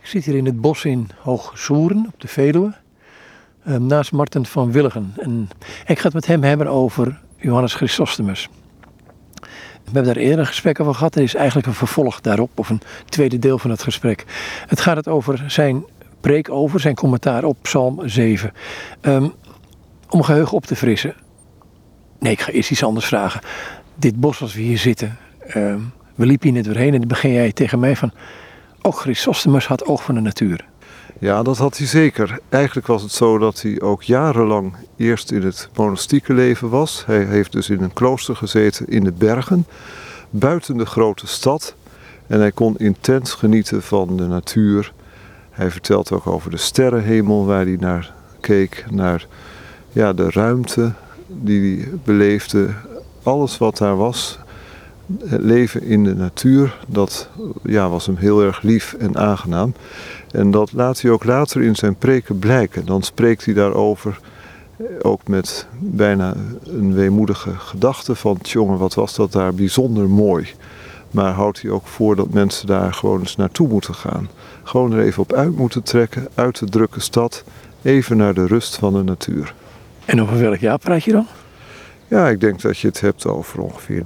zit hier in het bos in Hoogsoeren op de Veluwe. Naast Marten van Willigen. En ik ga het met hem hebben over Johannes Chrysostomus. We hebben daar eerder een gesprek over gehad. Er is eigenlijk een vervolg daarop, of een tweede deel van het gesprek. Het gaat over zijn preek over, zijn commentaar op Psalm 7. Om geheugen op te frissen. Nee, ik ga eerst iets anders vragen. Dit bos als we hier zitten, we liepen hier net doorheen en dan begin jij tegen mij van... Ook Chrysostomus had oog voor de natuur. Ja, dat had hij zeker. Eigenlijk was het zo dat hij ook jarenlang eerst in het monastieke leven was. Hij heeft dus in een klooster gezeten in de bergen, buiten de grote stad. En hij kon intens genieten van de natuur. Hij vertelt ook over de sterrenhemel waar hij naar keek, naar de ruimte die hij beleefde. Alles wat daar was, het leven in de natuur, dat was hem heel erg lief en aangenaam. En dat laat hij ook later in zijn preken blijken. Dan spreekt hij daarover, ook met bijna een weemoedige gedachte van... Tjonge, wat was dat daar bijzonder mooi. Maar houdt hij ook voor dat mensen daar gewoon eens naartoe moeten gaan. Gewoon er even op uit moeten trekken, uit de drukke stad, even naar de rust van de natuur. En over welk jaar praat je dan? Ja, ik denk dat je het hebt over ongeveer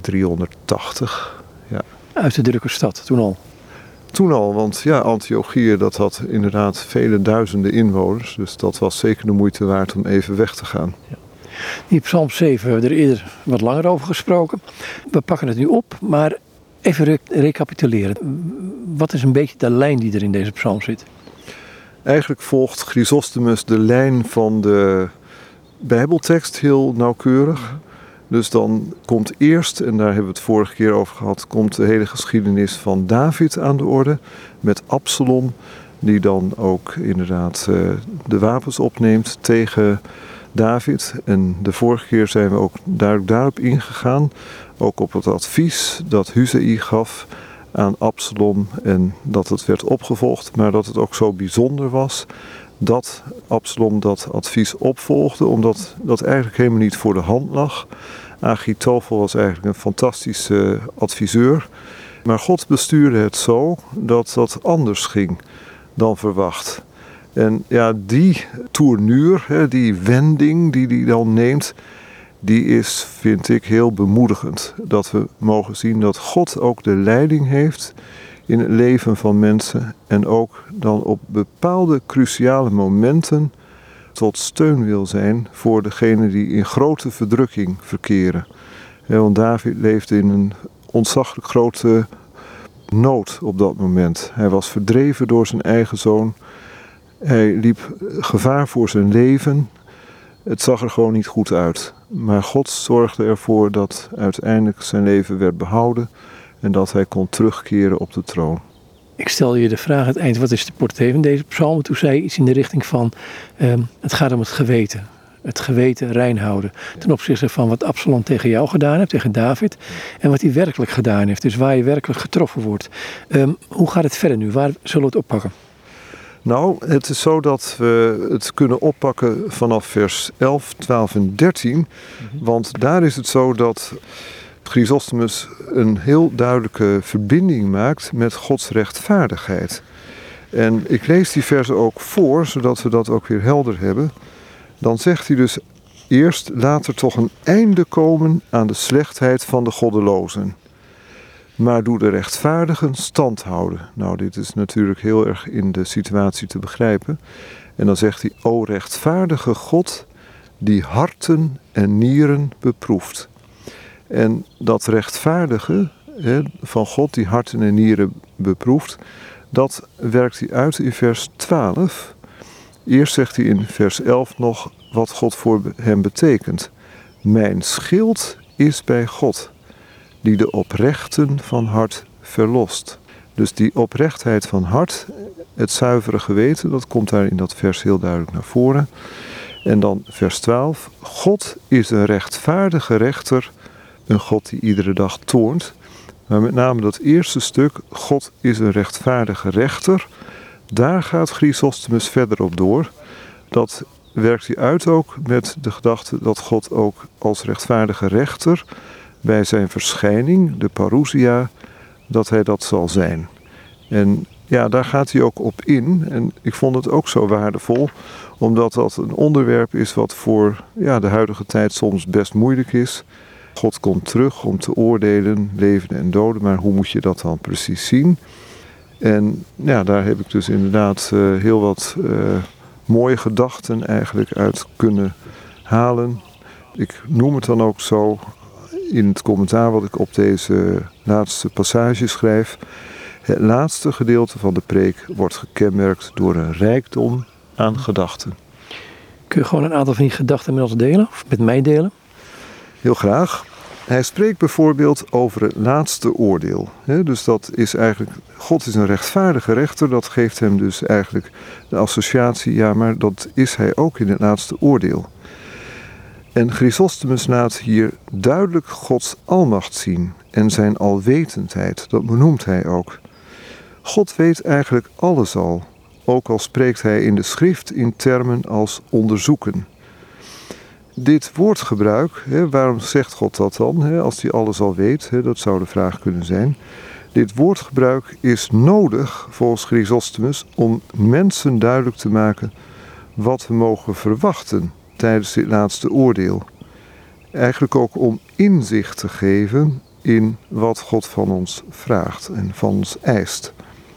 380. Ja. Uit de drukke stad, toen al? Toen al, want Antiochië dat had inderdaad vele duizenden inwoners. Dus dat was zeker de moeite waard om even weg te gaan. Ja. Die Psalm 7 hebben we er eerder wat langer over gesproken. We pakken het nu op, maar even recapituleren. Wat is een beetje de lijn die er in deze psalm zit? Eigenlijk volgt Chrysostomus de lijn van de Bijbeltekst heel nauwkeurig. Dus dan komt eerst, en daar hebben we het vorige keer over gehad, komt de hele geschiedenis van David aan de orde. Met Absalom, die dan ook inderdaad de wapens opneemt tegen David. En de vorige keer zijn we ook duidelijk daarop ingegaan. Ook op het advies dat Huzai gaf aan Absalom. En dat het werd opgevolgd, maar dat het ook zo bijzonder was dat Absalom dat advies opvolgde, omdat dat eigenlijk helemaal niet voor de hand lag. Achitofel was eigenlijk een fantastische adviseur. Maar God bestuurde het zo dat dat anders ging dan verwacht. En die tournure, die wending die hij dan neemt, die is, vind ik, heel bemoedigend. Dat we mogen zien dat God ook de leiding heeft in het leven van mensen. En ook dan op bepaalde cruciale momenten tot steun wil zijn voor degenen die in grote verdrukking verkeren. Want David leefde in een ontzaglijk grote nood op dat moment. Hij was verdreven door zijn eigen zoon. Hij liep gevaar voor zijn leven. Het zag er gewoon niet goed uit. Maar God zorgde ervoor dat uiteindelijk zijn leven werd behouden en dat hij kon terugkeren op de troon. Ik stel je de vraag aan het eind, wat is de portée van deze psalm? Toen zei je iets in de richting van, het gaat om het geweten. Het geweten rein houden. Ten opzichte van wat Absalom tegen jou gedaan heeft, tegen David. En wat hij werkelijk gedaan heeft. Dus waar je werkelijk getroffen wordt. Hoe gaat het verder nu? Waar zullen we het oppakken? Nou, het is zo dat we het kunnen oppakken vanaf vers 11, 12 en 13. Want daar is het zo dat Chrysostomus een heel duidelijke verbinding maakt met Gods rechtvaardigheid. En ik lees die versen ook voor, zodat we dat ook weer helder hebben. Dan zegt hij dus eerst, laat er toch een einde komen aan de slechtheid van de goddelozen. Maar doe de rechtvaardigen stand houden. Nou, dit is natuurlijk heel erg in de situatie te begrijpen. En dan zegt hij, o rechtvaardige God, die harten en nieren beproeft. En dat rechtvaardige van God, die harten en nieren beproeft, dat werkt hij uit in vers 12. Eerst zegt hij in vers 11 nog wat God voor hem betekent. Mijn schild is bij God, die de oprechten van hart verlost. Dus die oprechtheid van hart, het zuivere geweten, dat komt daar in dat vers heel duidelijk naar voren. En dan vers 12. God is een rechtvaardige rechter, een God die iedere dag toornt. Maar met name dat eerste stuk, God is een rechtvaardige rechter, daar gaat Chrysostomus verder op door. Dat werkt hij uit ook met de gedachte dat God ook als rechtvaardige rechter bij zijn verschijning, de parousia, dat hij dat zal zijn. En ja, daar gaat hij ook op in. En ik vond het ook zo waardevol, omdat dat een onderwerp is wat voor de huidige tijd soms best moeilijk is. God komt terug om te oordelen, levenden en doden, maar hoe moet je dat dan precies zien? En daar heb ik dus inderdaad heel wat mooie gedachten eigenlijk uit kunnen halen. Ik noem het dan ook zo in het commentaar wat ik op deze laatste passage schrijf. Het laatste gedeelte van de preek wordt gekenmerkt door een rijkdom aan gedachten. Kun je gewoon een aantal van die gedachten met ons delen? Of met mij delen? Heel graag. Hij spreekt bijvoorbeeld over het laatste oordeel. Dus dat is eigenlijk, God is een rechtvaardige rechter. Dat geeft hem dus eigenlijk de associatie, ja, maar dat is hij ook in het laatste oordeel. En Chrysostomus laat hier duidelijk Gods almacht zien en zijn alwetendheid. Dat benoemt hij ook. God weet eigenlijk alles al, ook al spreekt hij in de schrift in termen als onderzoeken. Dit woordgebruik, waarom zegt God dat dan, als hij alles al weet, dat zou de vraag kunnen zijn. Dit woordgebruik is nodig, volgens Chrysostomus, om mensen duidelijk te maken wat we mogen verwachten tijdens dit laatste oordeel. Eigenlijk ook om inzicht te geven in wat God van ons vraagt en van ons eist.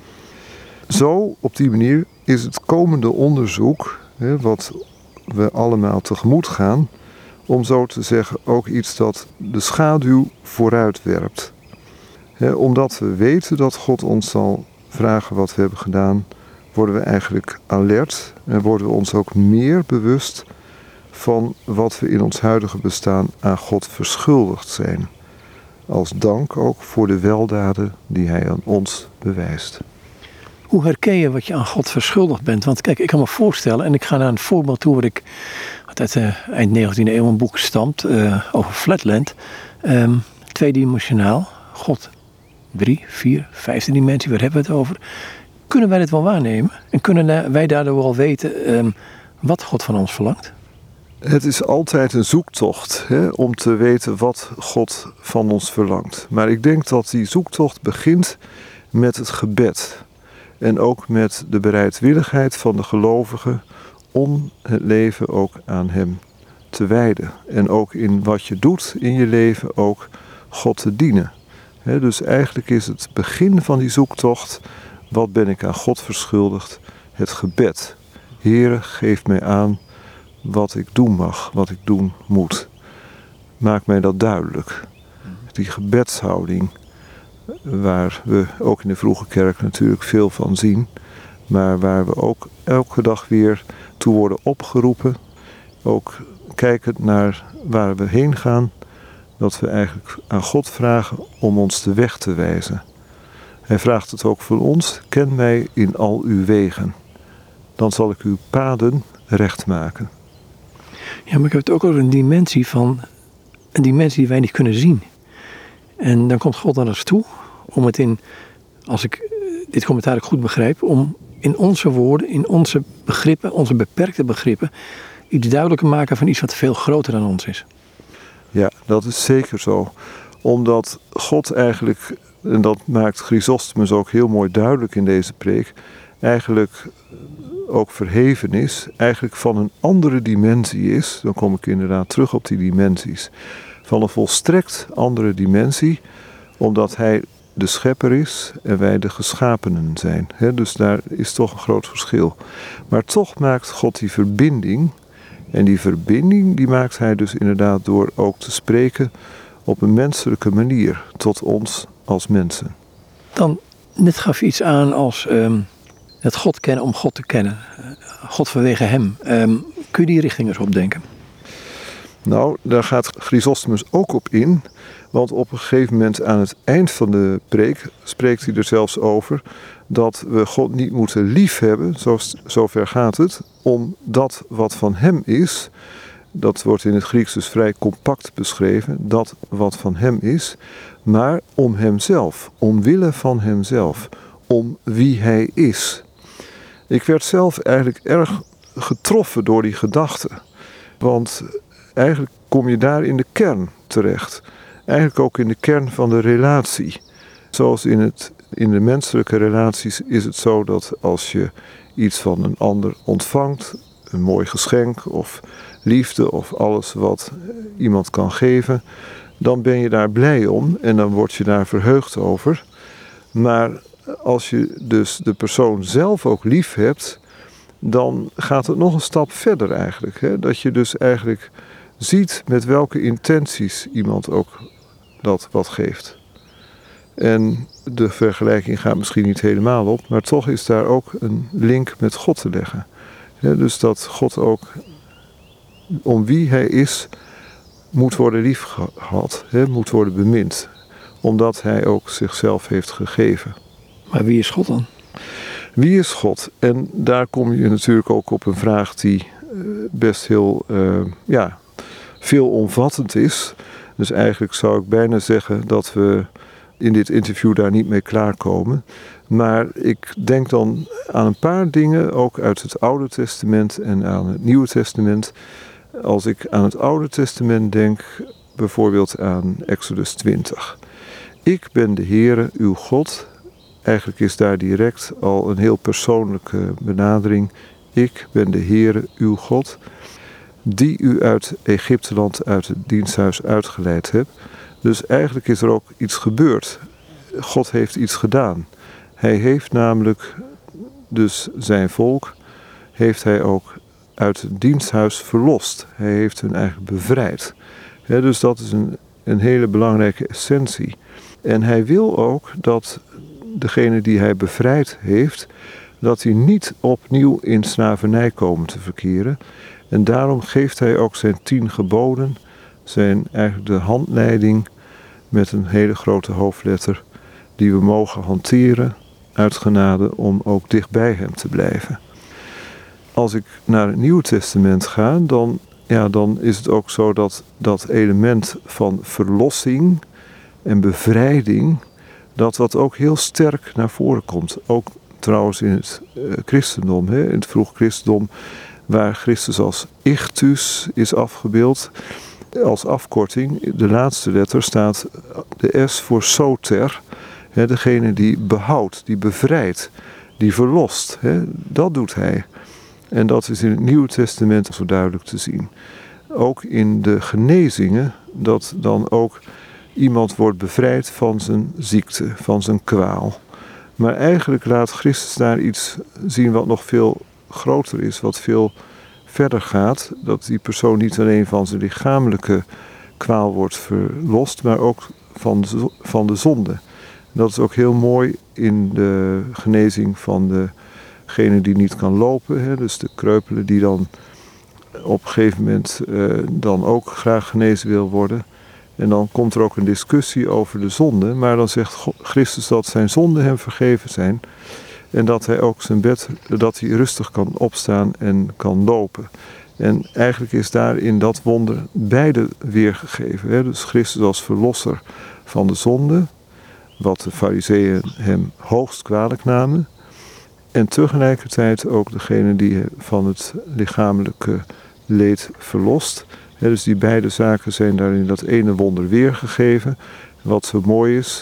Zo, op die manier, is het komende onderzoek, wat we allemaal tegemoet gaan, om zo te zeggen ook iets dat de schaduw vooruit werpt. Omdat we weten dat God ons zal vragen wat we hebben gedaan, worden we eigenlijk alert en worden we ons ook meer bewust van wat we in ons huidige bestaan aan God verschuldigd zijn. Als dank ook voor de weldaden die hij aan ons bewijst. Hoe herken je wat je aan God verschuldigd bent? Want kijk, ik kan me voorstellen, en ik ga naar een voorbeeld toe wat ik uit eind 19e eeuw een boek stamt over Flatland. Tweedimensionaal. God, 3, 4, 5e dimensie, waar hebben we het over? Kunnen wij dit wel waarnemen? En kunnen wij daardoor wel weten wat God van ons verlangt? Het is altijd een zoektocht om te weten wat God van ons verlangt. Maar ik denk dat die zoektocht begint met het gebed. En ook met de bereidwilligheid van de gelovigen om het leven ook aan hem te wijden. En ook in wat je doet in je leven ook God te dienen. Dus eigenlijk is het begin van die zoektocht, wat ben ik aan God verschuldigd? Het gebed. Heere, geef mij aan wat ik doen mag, wat ik doen moet. Maak mij dat duidelijk. Die gebedshouding, waar we ook in de vroege kerk natuurlijk veel van zien, maar waar we ook elke dag weer toe worden opgeroepen, ook kijkend naar waar we heen gaan, dat we eigenlijk aan God vragen om ons de weg te wijzen. Hij vraagt het ook van ons, ken mij in al uw wegen, dan zal ik uw paden recht maken. Ja, maar ik heb het ook over een dimensie die wij niet kunnen zien. En dan komt God naar ons toe om het als ik dit commentaar ook goed begrijp, om in onze woorden, in onze begrippen, onze beperkte begrippen, iets duidelijker te maken van iets wat veel groter dan ons is. Ja, dat is zeker zo. Omdat God eigenlijk, en dat maakt Chrysostomus ook heel mooi duidelijk in deze preek, eigenlijk ook verheven is, eigenlijk van een andere dimensie is. Dan kom ik inderdaad terug op die dimensies. Van een volstrekt andere dimensie, omdat hij de schepper is en wij de geschapenen zijn. Dus daar is toch een groot verschil. Maar toch maakt God die verbinding. En die verbinding die maakt hij dus inderdaad door ook te spreken op een menselijke manier tot ons als mensen. Dan, net gaf je iets aan als het God kennen om God te kennen. God vanwege hem. Kun je die richting eens opdenken? Nou, daar gaat Chrysostomus ook op in. Want op een gegeven moment aan het eind van de preek spreekt hij er zelfs over dat we God niet moeten liefhebben, zover gaat het, om dat wat van hem is, dat wordt in het Grieks dus vrij compact beschreven, dat wat van hem is, maar om hemzelf, omwille van hemzelf, om wie hij is. Ik werd zelf eigenlijk erg getroffen door die gedachte, want eigenlijk kom je daar in de kern terecht. Eigenlijk ook in de kern van de relatie. Zoals in het in de menselijke relaties is het zo dat als je iets van een ander ontvangt, een mooi geschenk of liefde of alles wat iemand kan geven, dan ben je daar blij om en dan word je daar verheugd over. Maar als je dus de persoon zelf ook lief hebt, dan gaat het nog een stap verder eigenlijk. Hè? Dat je dus eigenlijk ziet met welke intenties iemand ook dat wat geeft. En de vergelijking gaat misschien niet helemaal op, maar toch is daar ook een link met God te leggen. Ja, dus dat God ook om wie hij is, moet worden liefgehad, moet worden bemind. Omdat hij ook zichzelf heeft gegeven. Maar wie is God dan? Wie is God? En daar kom je natuurlijk ook op een vraag die best heel veelomvattend is. Dus eigenlijk zou ik bijna zeggen dat we in dit interview daar niet mee klaarkomen. Maar ik denk dan aan een paar dingen, ook uit het Oude Testament en aan het Nieuwe Testament. Als ik aan het Oude Testament denk, bijvoorbeeld aan Exodus 20. Ik ben de Heere, uw God. Eigenlijk is daar direct al een heel persoonlijke benadering. Ik ben de Heere, uw God, die u uit Egypteland, uit het diensthuis uitgeleid hebt. Dus eigenlijk is er ook iets gebeurd. God heeft iets gedaan. Hij heeft namelijk dus zijn volk, heeft hij ook uit het diensthuis verlost. Hij heeft hen eigenlijk bevrijd. Ja, dus dat is een hele belangrijke essentie. En hij wil ook dat degene die hij bevrijd heeft, dat die niet opnieuw in slavernij komen te verkeren. En daarom geeft hij ook zijn 10 geboden, eigenlijk de handleiding met een hele grote hoofdletter, die we mogen hanteren uit genade om ook dicht bij hem te blijven. Als ik naar het Nieuwe Testament ga, dan is het ook zo dat dat element van verlossing en bevrijding, dat ook heel sterk naar voren komt. Ook trouwens in het christendom, in het vroeg christendom, waar Christus als ichthus is afgebeeld. Als afkorting, de laatste letter staat de S voor soter. Degene die behoudt, die bevrijdt, die verlost. Dat doet hij. En dat is in het Nieuwe Testament zo duidelijk te zien. Ook in de genezingen, dat dan ook iemand wordt bevrijd van zijn ziekte, van zijn kwaal. Maar eigenlijk laat Christus daar iets zien wat nog veel groter is, wat veel verder gaat. Dat die persoon niet alleen van zijn lichamelijke kwaal wordt verlost, maar ook van de zonde. Dat is ook heel mooi in de genezing van degene die niet kan lopen. Dus de kreupele die dan op een gegeven moment dan ook graag genezen wil worden. En dan komt er ook een discussie over de zonde. Maar dan zegt Christus dat zijn zonden hem vergeven zijn. En dat hij ook zijn bed, dat hij rustig kan opstaan en kan lopen. En eigenlijk is daar in dat wonder beide weergegeven. Dus Christus als verlosser van de zonde, wat de Farizeeën hem hoogst kwalijk namen. En tegelijkertijd ook degene die van het lichamelijke leed verlost. Dus die beide zaken zijn daar in dat ene wonder weergegeven. Wat zo mooi is,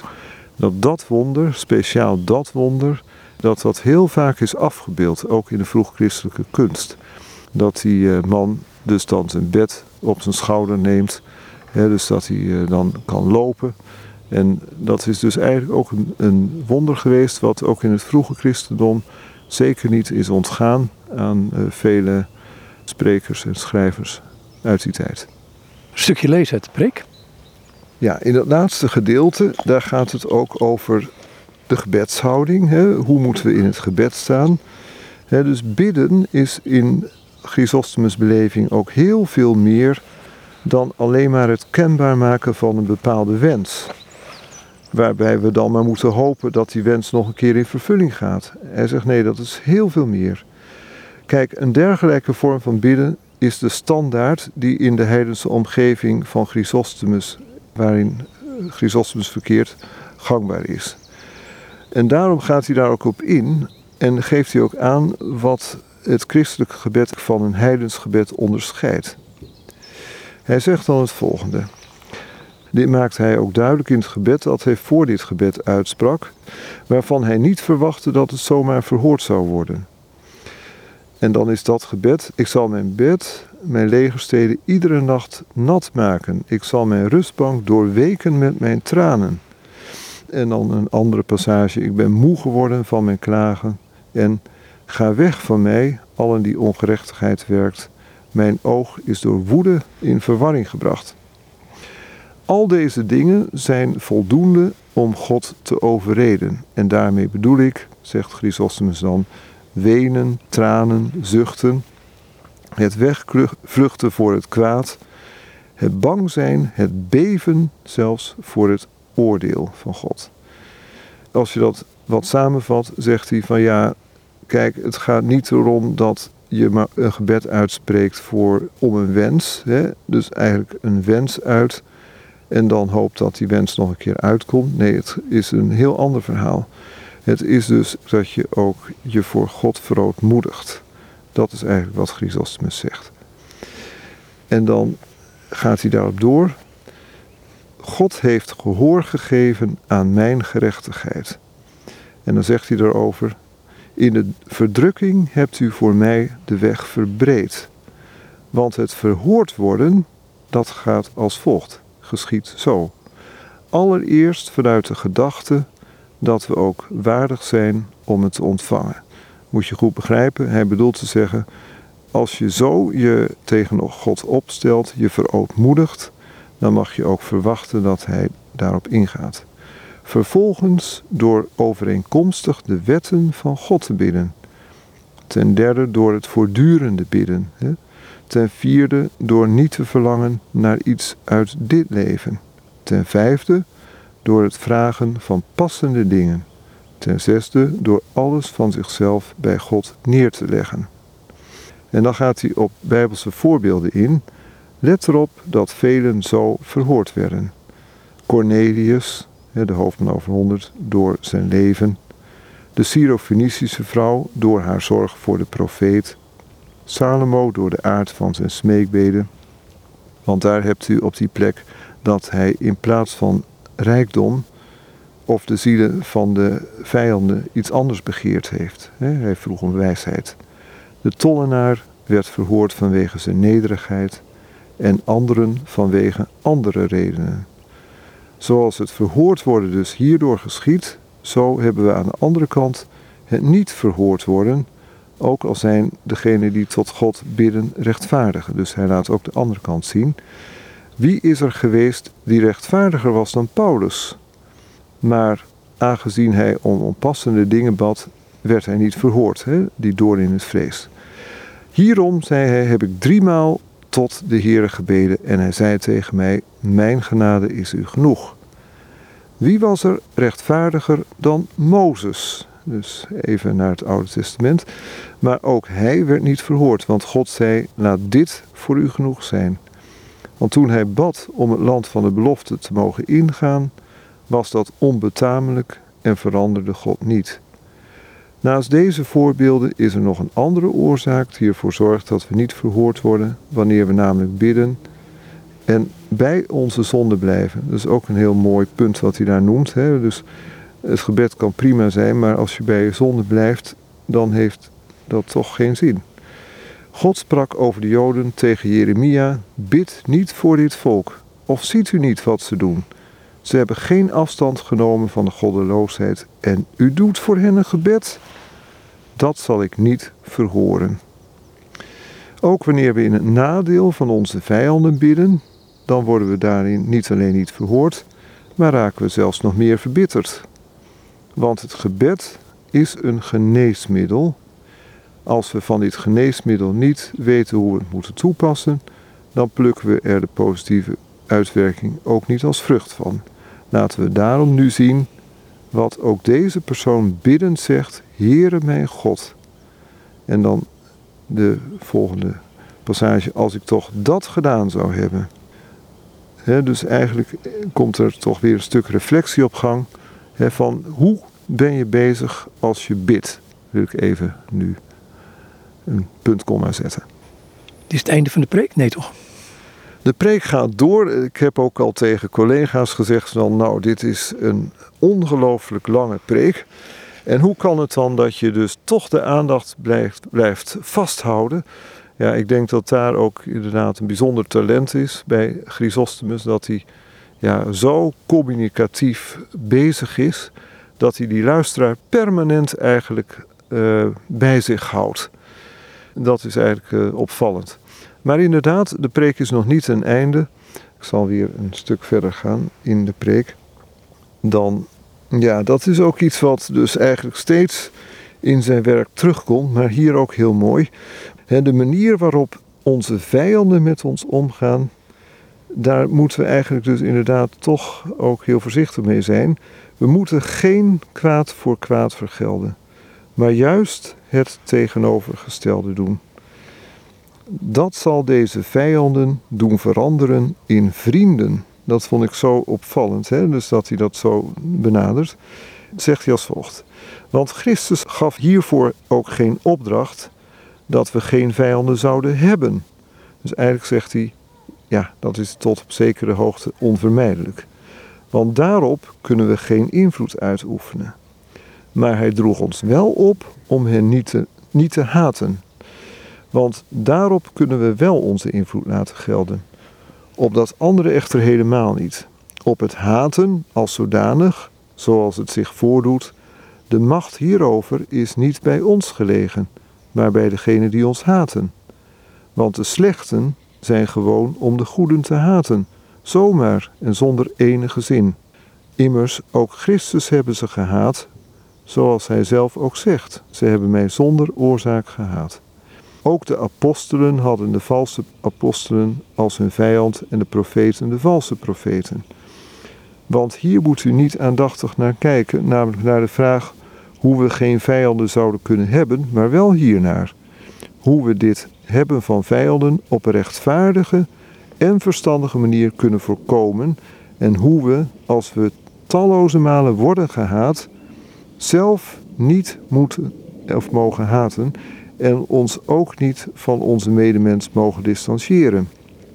dat wonder, speciaal dat wonder, dat heel vaak is afgebeeld, ook in de vroeg-christelijke kunst. Dat die man dus dan zijn bed op zijn schouder neemt, dus dat hij dan kan lopen. En dat is dus eigenlijk ook een wonder geweest, wat ook in het vroege christendom zeker niet is ontgaan aan vele sprekers en schrijvers uit die tijd. Een stukje lezen uit de preek. Ja, in het laatste gedeelte, daar gaat het ook over de gebedshouding. Hoe moeten we in het gebed staan? Dus bidden is in Chrysostomus' beleving ook heel veel meer dan alleen maar het kenbaar maken van een bepaalde wens. Waarbij we dan maar moeten hopen dat die wens nog een keer in vervulling gaat. Hij zegt nee, dat is heel veel meer. Kijk, een dergelijke vorm van bidden is de standaard die in de heidense omgeving van Chrysostomus, waarin Chrysostomus verkeert, gangbaar is. En daarom gaat hij daar ook op in en geeft hij ook aan wat het christelijke gebed van een heidens gebed onderscheidt. Hij zegt dan het volgende. Dit maakt hij ook duidelijk in het gebed dat hij voor dit gebed uitsprak, waarvan hij niet verwachtte dat het zomaar verhoord zou worden. En dan is dat gebed: ik zal mijn bed, mijn legersteden iedere nacht nat maken. Ik zal mijn rustbank doorweken met mijn tranen. En dan een andere passage: ik ben moe geworden van mijn klagen. En ga weg van mij, allen die ongerechtigheid werkt. Mijn oog is door woede in verwarring gebracht. Al deze dingen zijn voldoende om God te overreden. En daarmee bedoel ik, zegt Chrysostomus dan, wenen, tranen, zuchten, het wegvluchten voor het kwaad, het bang zijn, het beven zelfs voor het oordeel van God. Als je dat wat samenvat, zegt hij van ja, kijk, het gaat niet erom dat je maar een gebed uitspreekt om een wens. Hè? Dus eigenlijk een wens uit en dan hoopt dat die wens nog een keer uitkomt. Nee, het is een heel ander verhaal. Het is dus dat je ook je voor God verootmoedigt. Dat is eigenlijk wat Chrysostomus zegt. En dan gaat hij daarop door. God heeft gehoor gegeven aan mijn gerechtigheid. En dan zegt hij daarover: in de verdrukking hebt u voor mij de weg verbreed. Want het verhoord worden, dat gaat als volgt. Geschiet zo. Allereerst vanuit de gedachte dat we ook waardig zijn om het te ontvangen. Moet je goed begrijpen, hij bedoelt te zeggen, als je zo je tegen God opstelt, je verootmoedigt, dan mag je ook verwachten dat hij daarop ingaat. Vervolgens door overeenkomstig de wetten van God te bidden. Ten derde door het voortdurende bidden. Ten vierde door niet te verlangen naar iets uit dit leven. Ten vijfde door het vragen van passende dingen. Ten zesde door alles van zichzelf bij God neer te leggen. En dan gaat hij op Bijbelse voorbeelden in. Let erop dat velen zo verhoord werden. Cornelius, de hoofdman over 100, door zijn leven. De Syro-Fenicische vrouw door haar zorg voor de profeet. Salomo door de aard van zijn smeekbeden. Want daar hebt u op die plek dat hij in plaats van rijkdom of de zielen van de vijanden iets anders begeerd heeft. Hij vroeg om wijsheid. De tollenaar werd verhoord vanwege zijn nederigheid en anderen vanwege andere redenen. Zoals het verhoord worden dus hierdoor geschiet, zo hebben we aan de andere kant het niet verhoord worden, ook al zijn degenen die tot God bidden rechtvaardigen. Dus hij laat ook de andere kant zien. Wie is er geweest die rechtvaardiger was dan Paulus? Maar aangezien hij om onpassende dingen bad, werd hij niet verhoord, die doorn in het vlees. Hierom, zei hij, heb ik 3 maal tot de Heere gebeden en hij zei tegen mij, mijn genade is u genoeg. Wie was er rechtvaardiger dan Mozes? Dus even naar het Oude Testament. Maar ook hij werd niet verhoord, want God zei, laat dit voor u genoeg zijn. Want toen hij bad om het land van de belofte te mogen ingaan, was dat onbetamelijk en veranderde God niet. Naast deze voorbeelden is er nog een andere oorzaak die ervoor zorgt dat we niet verhoord worden, wanneer we namelijk bidden en bij onze zonde blijven. Dat is ook een heel mooi punt wat hij daar noemt. Dus het gebed kan prima zijn, maar als je bij je zonde blijft, dan heeft dat toch geen zin. God sprak over de Joden tegen Jeremia, bid niet voor dit volk, of ziet u niet wat ze doen? Ze hebben geen afstand genomen van de goddeloosheid en u doet voor hen een gebed. Dat zal ik niet verhoren. Ook wanneer we in het nadeel van onze vijanden bidden, dan worden we daarin niet alleen niet verhoord, maar raken we zelfs nog meer verbitterd. Want het gebed is een geneesmiddel. Als we van dit geneesmiddel niet weten hoe we het moeten toepassen, dan plukken we er de positieve uitwerking ook niet als vrucht van. Laten we daarom nu zien wat ook deze persoon biddend zegt, Heere mijn God. En dan de volgende passage, als ik toch dat gedaan zou hebben. Dus eigenlijk komt er toch weer een stuk reflectie op gang van hoe ben je bezig als je bidt. Wil ik even nu een punt, komma zetten. Dit is het einde van de preek? Nee toch? De preek gaat door. Ik heb ook al tegen collega's gezegd van, nou, dit is een ongelooflijk lange preek. En hoe kan het dan dat je dus toch de aandacht blijft vasthouden? Ja, ik denk dat daar ook inderdaad een bijzonder talent is bij Chrysostomus. Dat hij zo communicatief bezig is, dat hij die luisteraar permanent eigenlijk bij zich houdt. Dat is eigenlijk opvallend. Maar inderdaad, de preek is nog niet een einde. Ik zal weer een stuk verder gaan in de preek. Dan, dat is ook iets wat dus eigenlijk steeds in zijn werk terugkomt, maar hier ook heel mooi. De manier waarop onze vijanden met ons omgaan, daar moeten we eigenlijk dus inderdaad toch ook heel voorzichtig mee zijn. We moeten geen kwaad voor kwaad vergelden, maar juist het tegenovergestelde doen. Dat zal deze vijanden doen veranderen in vrienden. Dat vond ik zo opvallend, dus dat hij dat zo benadert. Zegt hij als volgt. Want Christus gaf hiervoor ook geen opdracht dat we geen vijanden zouden hebben. Dus eigenlijk zegt hij, dat is tot op zekere hoogte onvermijdelijk. Want daarop kunnen we geen invloed uitoefenen. Maar hij droeg ons wel op om hen niet te haten. Want daarop kunnen we wel onze invloed laten gelden. Op dat andere echter helemaal niet. Op het haten als zodanig, zoals het zich voordoet, de macht hierover is niet bij ons gelegen, maar bij degenen die ons haten. Want de slechten zijn gewoon om de goeden te haten, zomaar en zonder enige zin. Immers, ook Christus hebben ze gehaat, zoals hij zelf ook zegt. Ze hebben mij zonder oorzaak gehaat. Ook de apostelen hadden de valse apostelen als hun vijand en de profeten de valse profeten. Want hier moet u niet aandachtig naar kijken, namelijk naar de vraag hoe we geen vijanden zouden kunnen hebben, maar wel hiernaar. Hoe we dit hebben van vijanden op een rechtvaardige en verstandige manier kunnen voorkomen en hoe we, als we talloze malen worden gehaat, zelf niet moeten of mogen haten en ons ook niet van onze medemens mogen distancieren.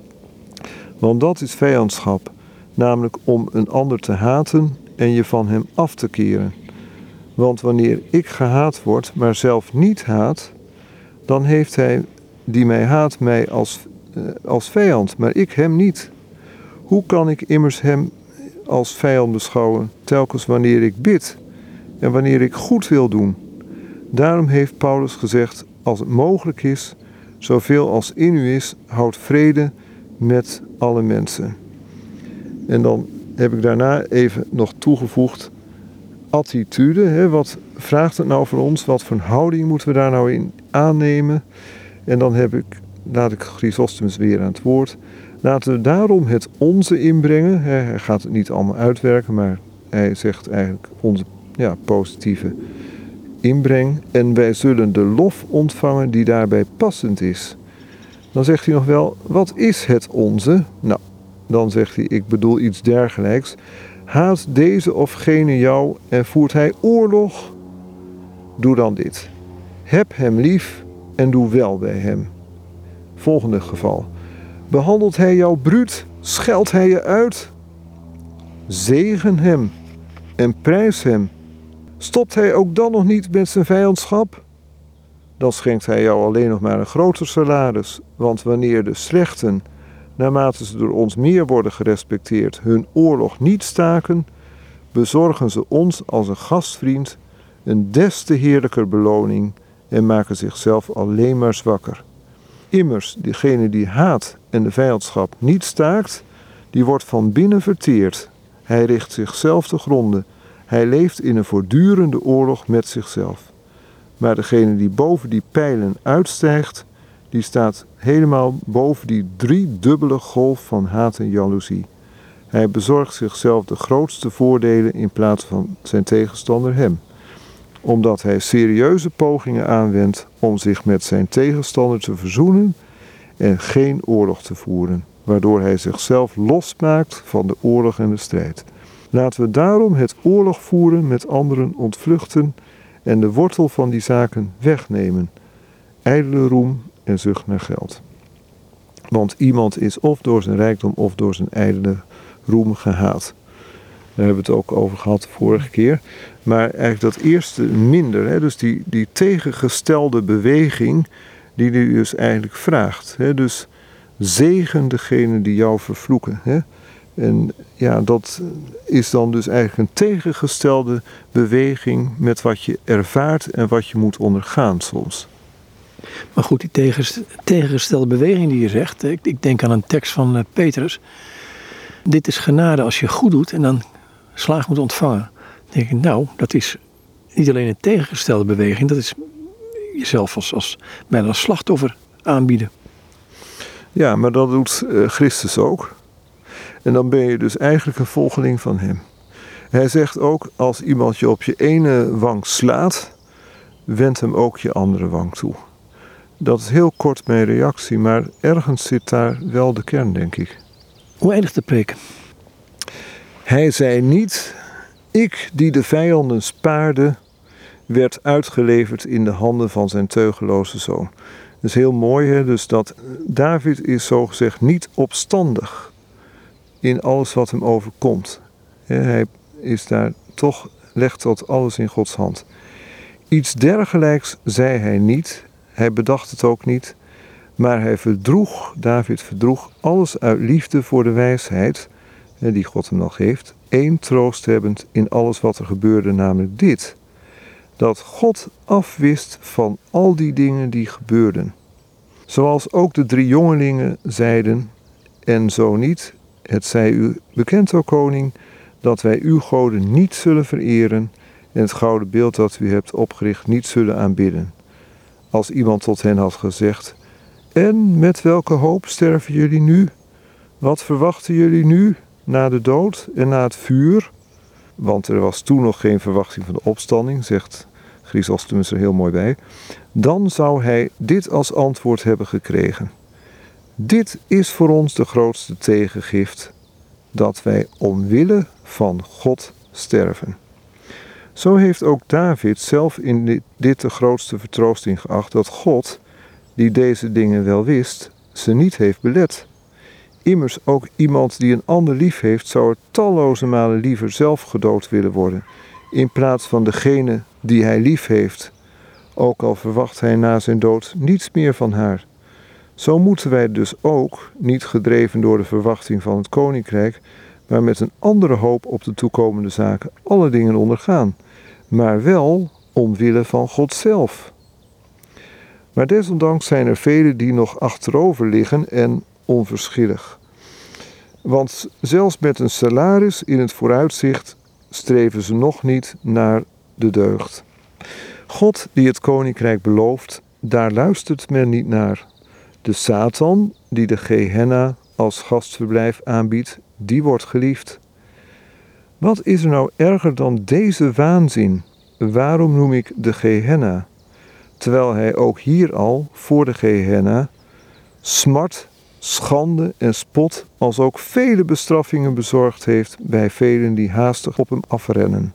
Want dat is vijandschap, namelijk om een ander te haten en je van hem af te keren. Want wanneer ik gehaat word, maar zelf niet haat, dan heeft hij die mij haat mij als vijand, maar ik hem niet. Hoe kan ik immers hem als vijand beschouwen, telkens wanneer ik bid en wanneer ik goed wil doen? Daarom heeft Paulus gezegd, als het mogelijk is, zoveel als in u is, houd vrede met alle mensen. En dan heb ik daarna even nog toegevoegd, attitude. Wat vraagt het nou voor ons? Wat voor houding moeten we daar nou in aannemen? En dan laat ik Chrysostomus weer aan het woord. Laten we daarom het onze inbrengen. Hij gaat het niet allemaal uitwerken, maar hij zegt eigenlijk onze positieve inbreng. En wij zullen de lof ontvangen die daarbij passend is. Dan zegt hij nog wel, wat is het onze? Nou, dan zegt hij, ik bedoel iets dergelijks. Haat deze of gene jou en voert hij oorlog? Doe dan dit. Heb hem lief en doe wel bij hem. Volgende geval. Behandelt hij jou bruut? Scheldt hij je uit? Zegen hem en prijs hem. Stopt hij ook dan nog niet met zijn vijandschap? Dan schenkt hij jou alleen nog maar een groter salaris. Want wanneer de slechten, naarmate ze door ons meer worden gerespecteerd, hun oorlog niet staken, bezorgen ze ons als een gastvriend een des te heerlijker beloning en maken zichzelf alleen maar zwakker. Immers, degene die haat en de vijandschap niet staakt, die wordt van binnen verteerd. Hij richt zichzelf te gronde. Hij leeft in een voortdurende oorlog met zichzelf. Maar degene die boven die pijlen uitstijgt, die staat helemaal boven die driedubbele golf van haat en jaloezie. Hij bezorgt zichzelf de grootste voordelen in plaats van zijn tegenstander hem. Omdat hij serieuze pogingen aanwendt om zich met zijn tegenstander te verzoenen en geen oorlog te voeren, waardoor hij zichzelf losmaakt van de oorlog en de strijd. Laten we daarom het oorlog voeren met anderen ontvluchten en de wortel van die zaken wegnemen. Ijdele roem en zucht naar geld. Want iemand is of door zijn rijkdom of door zijn ijdele roem gehaat. Daar hebben we het ook over gehad de vorige keer. Maar eigenlijk dat eerste minder. Hè? Dus die tegengestelde beweging die hij dus eigenlijk vraagt. Hè? Dus zegen degene die jou vervloeken. Hè? En ja, dat is dan dus eigenlijk een tegengestelde beweging met wat je ervaart en wat je moet ondergaan soms. Maar goed, die tegengestelde beweging die je zegt. Ik denk aan een tekst van Petrus. Dit is genade als je goed doet en dan slaag moet ontvangen. Dan denk ik, nou, dat is niet alleen een tegengestelde beweging. Dat is jezelf als bijna als slachtoffer aanbieden. Ja, maar dat doet Christus ook. En dan ben je dus eigenlijk een volgeling van hem. Hij zegt ook, als iemand je op je ene wang slaat, wend hem ook je andere wang toe. Dat is heel kort mijn reactie, maar ergens zit daar wel de kern, denk ik. Hoe eindigt de preek? Hij zei niet, ik die de vijanden spaarde, werd uitgeleverd in de handen van zijn teugeloze zoon. Dat is heel mooi, hè? Dus dat David is zogezegd niet opstandig in alles wat hem overkomt. Hij is daar toch, legt dat alles in Gods hand. Iets dergelijks zei hij niet, hij bedacht het ook niet, maar David verdroeg alles uit liefde voor de wijsheid, die God hem dan geeft, één troost hebbend in alles wat er gebeurde, namelijk dit, dat God afwist van al die dingen die gebeurden. Zoals ook de 3 jongelingen zeiden, en zo niet, het zij u bekend, o koning, dat wij uw goden niet zullen vereren en het gouden beeld dat u hebt opgericht niet zullen aanbidden. Als iemand tot hen had gezegd, en met welke hoop sterven jullie nu? Wat verwachten jullie nu na de dood en na het vuur? Want er was toen nog geen verwachting van de opstanding, zegt Chrysostomus er heel mooi bij. Dan zou hij dit als antwoord hebben gekregen. Dit is voor ons de grootste tegengift, dat wij omwille van God sterven. Zo heeft ook David zelf in dit de grootste vertroosting geacht, dat God, die deze dingen wel wist, ze niet heeft belet. Immers ook iemand die een ander lief heeft, zou er talloze malen liever zelf gedood willen worden, in plaats van degene die hij lief heeft, ook al verwacht hij na zijn dood niets meer van haar. Zo moeten wij dus ook, niet gedreven door de verwachting van het koninkrijk, maar met een andere hoop op de toekomende zaken, alle dingen ondergaan, maar wel omwille van God zelf. Maar desondanks zijn er velen die nog achterover liggen en onverschillig. Want zelfs met een salaris in het vooruitzicht streven ze nog niet naar de deugd. God die het koninkrijk belooft, daar luistert men niet naar. De Satan die de Gehenna als gastverblijf aanbiedt, die wordt geliefd. Wat is er nou erger dan deze waanzin? Waarom noem ik de Gehenna? Terwijl hij ook hier al, voor de Gehenna, smart, schande en spot, als ook vele bestraffingen bezorgd heeft bij velen die haastig op hem afrennen.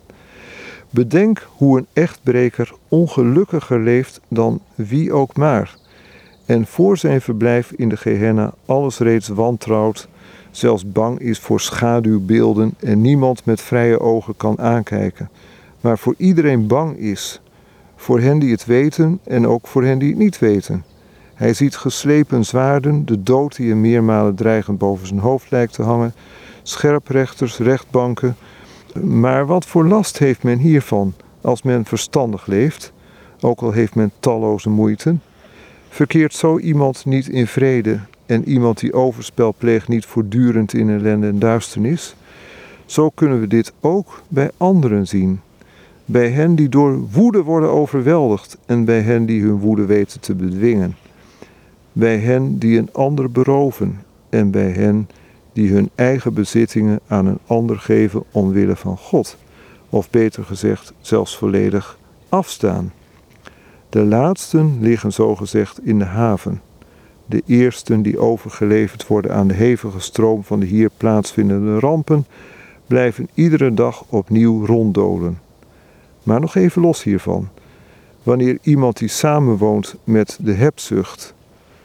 Bedenk hoe een echtbreker ongelukkiger leeft dan wie ook maar, en voor zijn verblijf in de Gehenna alles reeds wantrouwt, zelfs bang is voor schaduwbeelden en niemand met vrije ogen kan aankijken, maar voor iedereen bang is, voor hen die het weten en ook voor hen die het niet weten. Hij ziet geslepen zwaarden, de dood die hem meermalen dreigend boven zijn hoofd lijkt te hangen, scherprechters, rechtbanken. Maar wat voor last heeft men hiervan als men verstandig leeft, ook al heeft men talloze moeiten? Verkeert zo iemand niet in vrede en iemand die overspel pleegt niet voortdurend in ellende en duisternis? Zo kunnen we dit ook bij anderen zien. Bij hen die door woede worden overweldigd en bij hen die hun woede weten te bedwingen. Bij hen die een ander beroven en bij hen die hun eigen bezittingen aan een ander geven omwille van God. Of beter gezegd, zelfs volledig afstaan. De laatsten liggen zogezegd in de haven. De eersten die overgeleverd worden aan de hevige stroom van de hier plaatsvindende rampen, blijven iedere dag opnieuw ronddolen. Maar nog even los hiervan. Wanneer iemand die samenwoont met de hebzucht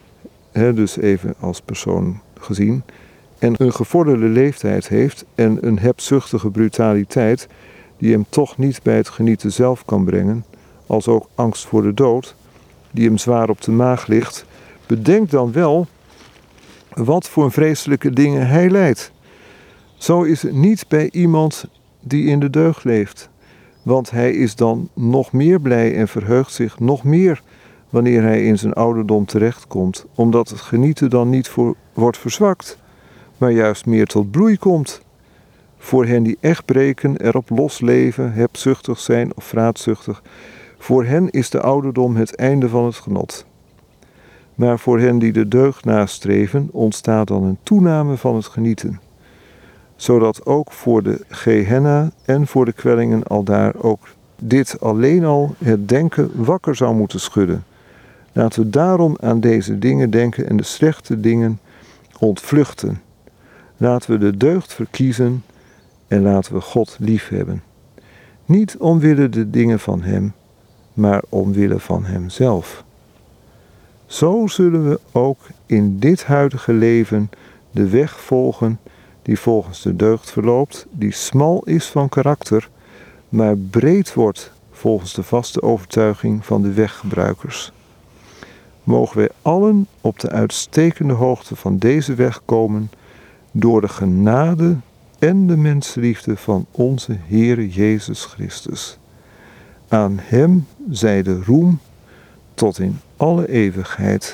dus even als persoon gezien, en een gevorderde leeftijd heeft en een hebzuchtige brutaliteit die hem toch niet bij het genieten zelf kan brengen, als ook angst voor de dood, die hem zwaar op de maag ligt, bedenk dan wel wat voor vreselijke dingen hij lijdt. Zo is het niet bij iemand die in de deugd leeft, want hij is dan nog meer blij en verheugt zich nog meer wanneer hij in zijn ouderdom terechtkomt, omdat het genieten dan niet wordt verzwakt, maar juist meer tot bloei komt. Voor hen die echt breken, erop losleven, hebzuchtig zijn of vraatzuchtig, voor hen is de ouderdom het einde van het genot. Maar voor hen die de deugd nastreven, ontstaat dan een toename van het genieten, zodat ook voor de Gehenna en voor de kwellingen aldaar ook dit alleen al het denken wakker zou moeten schudden. Laten we daarom aan deze dingen denken en de slechte dingen ontvluchten. Laten we de deugd verkiezen en laten we God liefhebben. Niet omwille de dingen van Hem, maar omwille van Hemzelf. Zo zullen we ook in dit huidige leven de weg volgen die volgens de deugd verloopt, die smal is van karakter, maar breed wordt volgens de vaste overtuiging van de weggebruikers. Mogen wij allen op de uitstekende hoogte van deze weg komen door de genade en de mensenliefde van onze Heere Jezus Christus. Aan Hem zij de roem tot in alle eeuwigheid.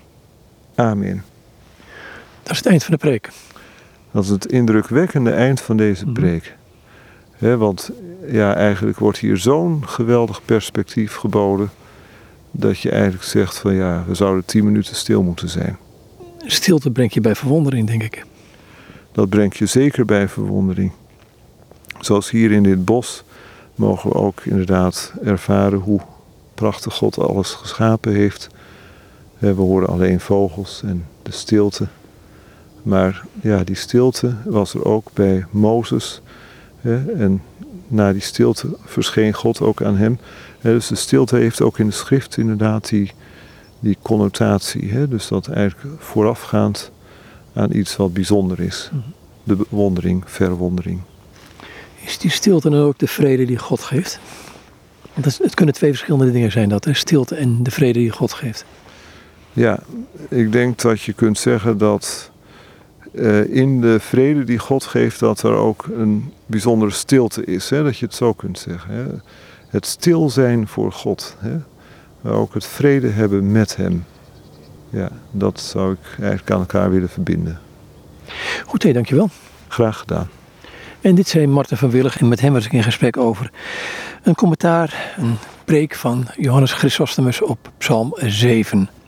Amen. Dat is het eind van de preek. Dat is het indrukwekkende eind van deze preek. Want ja, eigenlijk wordt hier zo'n geweldig perspectief geboden, dat je eigenlijk zegt van ja, we zouden 10 minuten stil moeten zijn. Stilte brengt je bij verwondering, denk ik. Dat brengt je zeker bij verwondering. Zoals hier in dit bos mogen we ook inderdaad ervaren hoe prachtig God alles geschapen heeft. We horen alleen vogels en de stilte. Maar ja, die stilte was er ook bij Mozes. En na die stilte verscheen God ook aan hem. Dus de stilte heeft ook in de schrift inderdaad die connotatie. Dus dat eigenlijk voorafgaand aan iets wat bijzonder is. De bewondering, verwondering. Is die stilte dan ook de vrede die God geeft? Want het kunnen 2 verschillende dingen zijn, dat stilte en de vrede die God geeft. Ja, ik denk dat je kunt zeggen dat in de vrede die God geeft, dat er ook een bijzondere stilte is. Dat je het zo kunt zeggen. Het stil zijn voor God. Maar ook het vrede hebben met Hem. Ja, dat zou ik eigenlijk aan elkaar willen verbinden. Goed, dankjewel. Graag gedaan. En dit zei Marten van Willig en met hem was ik in gesprek over een commentaar, een preek van Johannes Chrysostomus op Psalm 7.